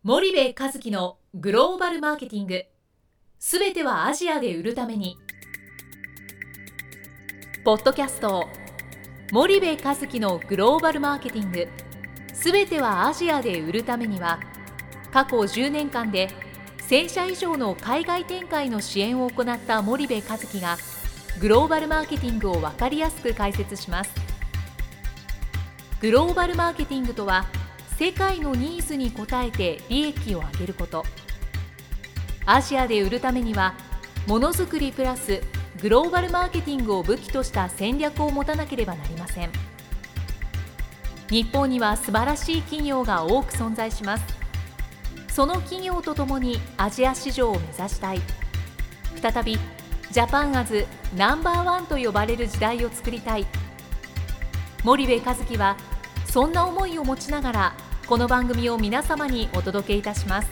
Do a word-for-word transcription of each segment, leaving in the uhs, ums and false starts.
森部一樹のグローバルマーケティング、すべてはアジアで売るために。ポッドキャスト森部一樹のグローバルマーケティング、すべてはアジアで売るためには、過去じゅうねんかんでせんしゃ以上の海外展開の支援を行った森部一樹がグローバルマーケティングを分かりやすく解説します。グローバルマーケティングとは、世界のニーズに応えて利益を上げること。アジアで売るためには、ものづくりプラスグローバルマーケティングを武器とした戦略を持たなければなりません。日本には素晴らしい企業が多く存在します。その企業とともにアジア市場を目指したい。再びジャパンアズナンバーワンと呼ばれる時代を作りたい。森部一樹はそんな思いを持ちながら、この番組を皆様にお届けいたします。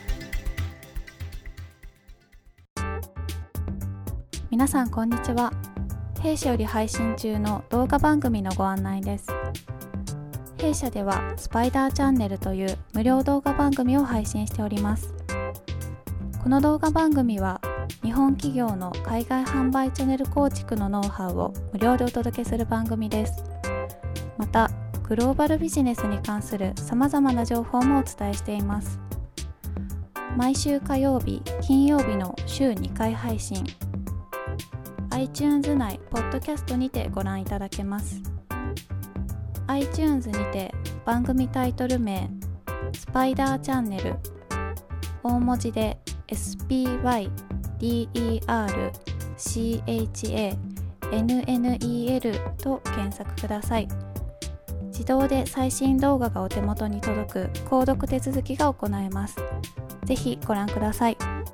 皆さんこんにちは。弊社より配信中の動画番組のご案内です。弊社ではスパイダーチャンネルという無料動画番組を配信しております。この動画番組は日本企業の海外販売チャンネル構築のノウハウを無料でお届けする番組です。またグローバルビジネスに関するさまざまな情報もお伝えしています。毎週火曜日、金曜日の週にかい配信、iTunes 内ポッドキャストにてご覧いただけます。 iTunes にて番組タイトル名スパイダーチャンネル、大文字で エスピーワイディーイーアールシーエイチエーエヌエヌイーエル と検索ください。自動で最新動画がお手元に届く購読手続きが行えます。ぜひご覧ください。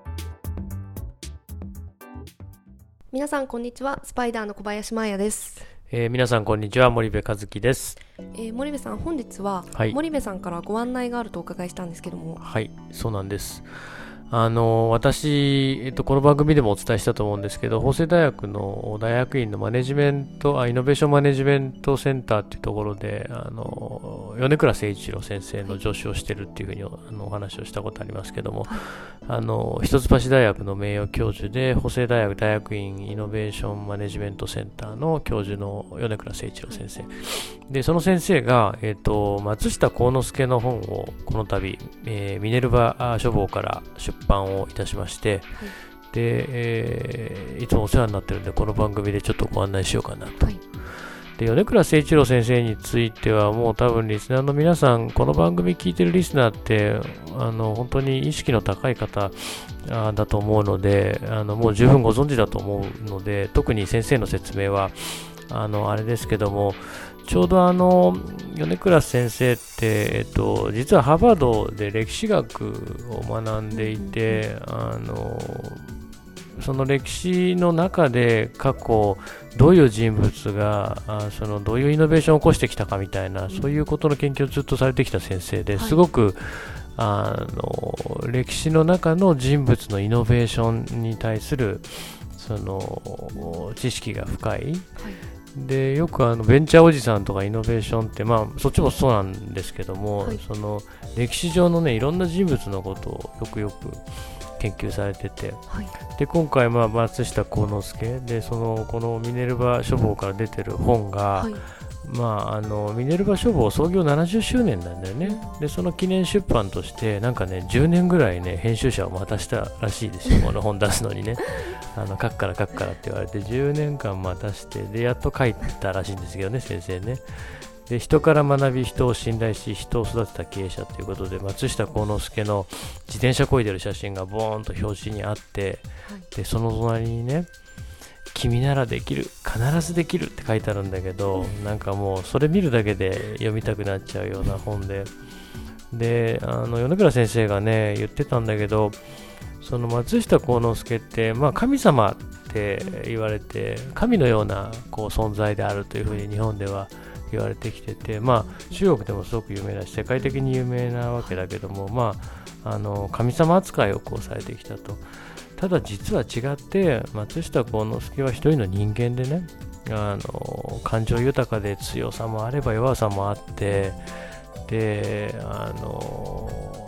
皆さんこんにちは。スパイダーの小林真彩です。 えー、皆さんこんにちは。森部一樹です。 えー、森部さん、本日は、はい、森部さんからご案内があるとお伺いしたんですけども。 はい、そうなんです。あの私、えっと、この番組でもお伝えしたと思うんですけど、法政大学の大学院のマネジメントあイノベーションマネジメントセンターっていうところで、あの米倉誠一郎先生の助手をしてるっていうふうにあのお話をしたことありますけども、はい、あの一橋大学の名誉教授で、法政大学大学院イノベーションマネジメントセンターの教授の米倉誠一郎先生で、その先生が、えっと、松下幸之助の本をこの度、えー、ミネルヴァ書房から出版をいたしまして、はい、で、えー、いつもお世話になってるんで、この番組でちょっとご案内しようかなと。はい、で、米倉誠一郎先生については、もう多分リスナーの皆さん、この番組聞いてるリスナーって、あの本当に意識の高い方あだと思うので、あのもう十分ご存知だと思うので、特に先生の説明はあのあれですけども、ちょうどあの米倉先生って、えっと、実はハーバードで歴史学を学んでいて、あのその歴史の中で過去どういう人物があそのどういうイノベーションを起こしてきたかみたいな、そういうことの研究をずっとされてきた先生で、すごく、はい、あの歴史の中の人物のイノベーションに対するその知識が深い、はい、でよくあのベンチャーおじさんとかイノベーションって、まあ、そっちもそうなんですけども、はい、その歴史上の、ね、いろんな人物のことをよくよく研究されてて、はい、で今回、まあ、松下幸之助で、そのこのミネルヴァ書房から出てる本が、はい、まあ、あのミネルヴァ書房創業ななじゅっしゅうねんなんだよね。でその記念出版としてなんかねじゅうねんぐらいね編集者を待たしたらしいですよ。この本出すのにねあの書くから書くからって言われてじゅうねんかん待たして、でやっと書いたらしいんですけどね、先生ね。で人から学び、人を信頼し、人を育てた経営者ということで、松下幸之助の自転車こいでる写真がボーンと表紙にあって、はい、でその隣にね、君ならできる、必ずできるって書いてあるんだけど、なんかもうそれ見るだけで読みたくなっちゃうような本で、であの米倉先生がね言ってたんだけど、その松下幸之助って、まあ、神様って言われて、神のようなこう存在であるというふうに日本では言われてきてて、まあ、中国でもすごく有名だし世界的に有名なわけだけども、まあ、あの神様扱いをこうされてきたと。ただ実は違って、松下幸之助は一人の人間でね、あの感情豊かで強さもあれば弱さもあって、であの な, な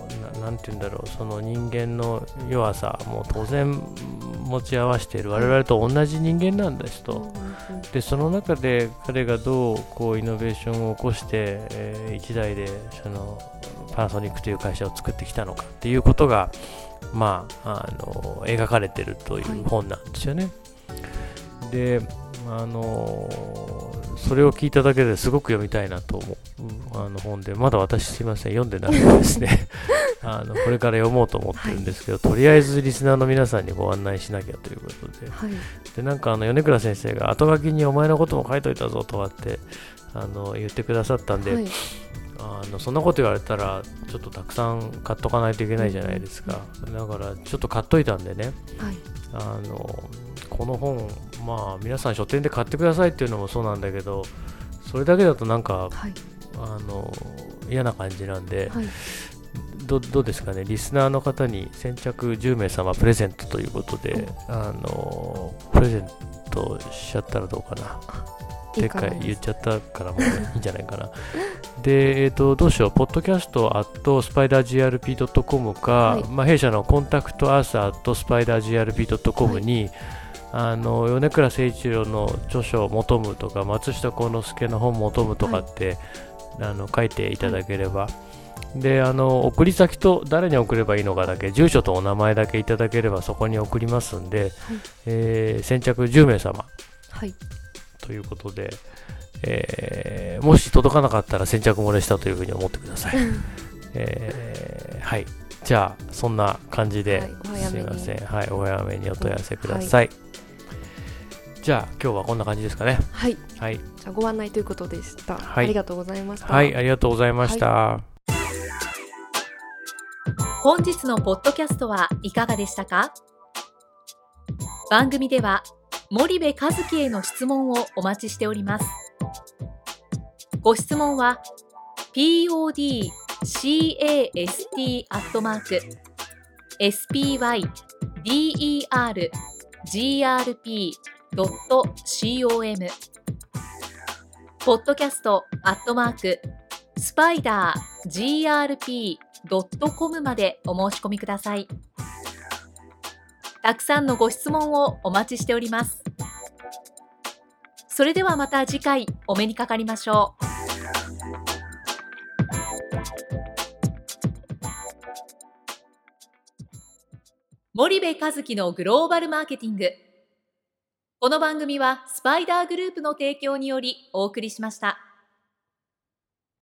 なんていうんだろう、その人間の弱さも当然持ち合わせている我々と同じ人間なんですと。でその中で彼がどうこうイノベーションを起こして、えー、一代でそのパナソニックという会社を作ってきたのかっていうことが、まあ、あの描かれているという本なんですよね。はい、であのそれを聞いただけですごく読みたいなと思うあの本で、まだ私すいません読んでなくてですねあのこれから読もうと思ってるんですけど、はい、とりあえずリスナーの皆さんにご案内しなきゃということで、はい、でなんかあの米倉先生が後書きにお前のことも書いといたぞとかってあの言ってくださったんで、はい、あのそんなこと言われたらちょっとたくさん買っとかないといけないじゃないですか、うん、だからちょっと買っといたんでね、はい、あのこの本、まあ、皆さん書店で買ってくださいっていうのもそうなんだけど、それだけだとなんか、はい、あの嫌な感じなんで、はい、ど, どうですかね、リスナーの方に先着じゅうめいさまプレゼントということで、あのプレゼントしちゃったらどうかな。でっかい言っちゃったからもういいんじゃないかなで、えーと、どうしよう、ポッドキャスト アット スパイダージーアールピードットコム か、はい、まあ、弊社のコンタクトアース アット スパイダージーアールピードットコム に、はい、あの米倉誠一郎の著書を求むとか松下幸之助の本を求むとかって、はい、あの書いていただければ、はい、であの送り先と誰に送ればいいのかだけ、住所とお名前だけいただければそこに送りますんで、はい、えー、先着じゅうめいさま、はい、ということで、えー、もし届かなかったら先着漏れしたというふうに思ってください、えー、はい、じゃあそんな感じで、はい、すみません、はい、お早めにお問い合わせください、はい、じゃあ今日はこんな感じですかね。 はい、はい、じゃあご案内ということでした、はい、ありがとうございました。 はい、ありがとうございました、はい、 本日のポッドキャストはいかがでしたか？番組では森部一樹への質問をお待ちしております。ご質問は ピーオーディーキャスト アットマーク エスピーワイディーイーアールジーアールピードットコム ポッドキャストアットマークスパイダー ジーアールピードットコム までお申し込みください。たくさんのご質問をお待ちしております。それではまた次回お目にかかりましょう。森部一樹のグローバルマーケティング。この番組はスパイダーグループの提供によりお送りしました。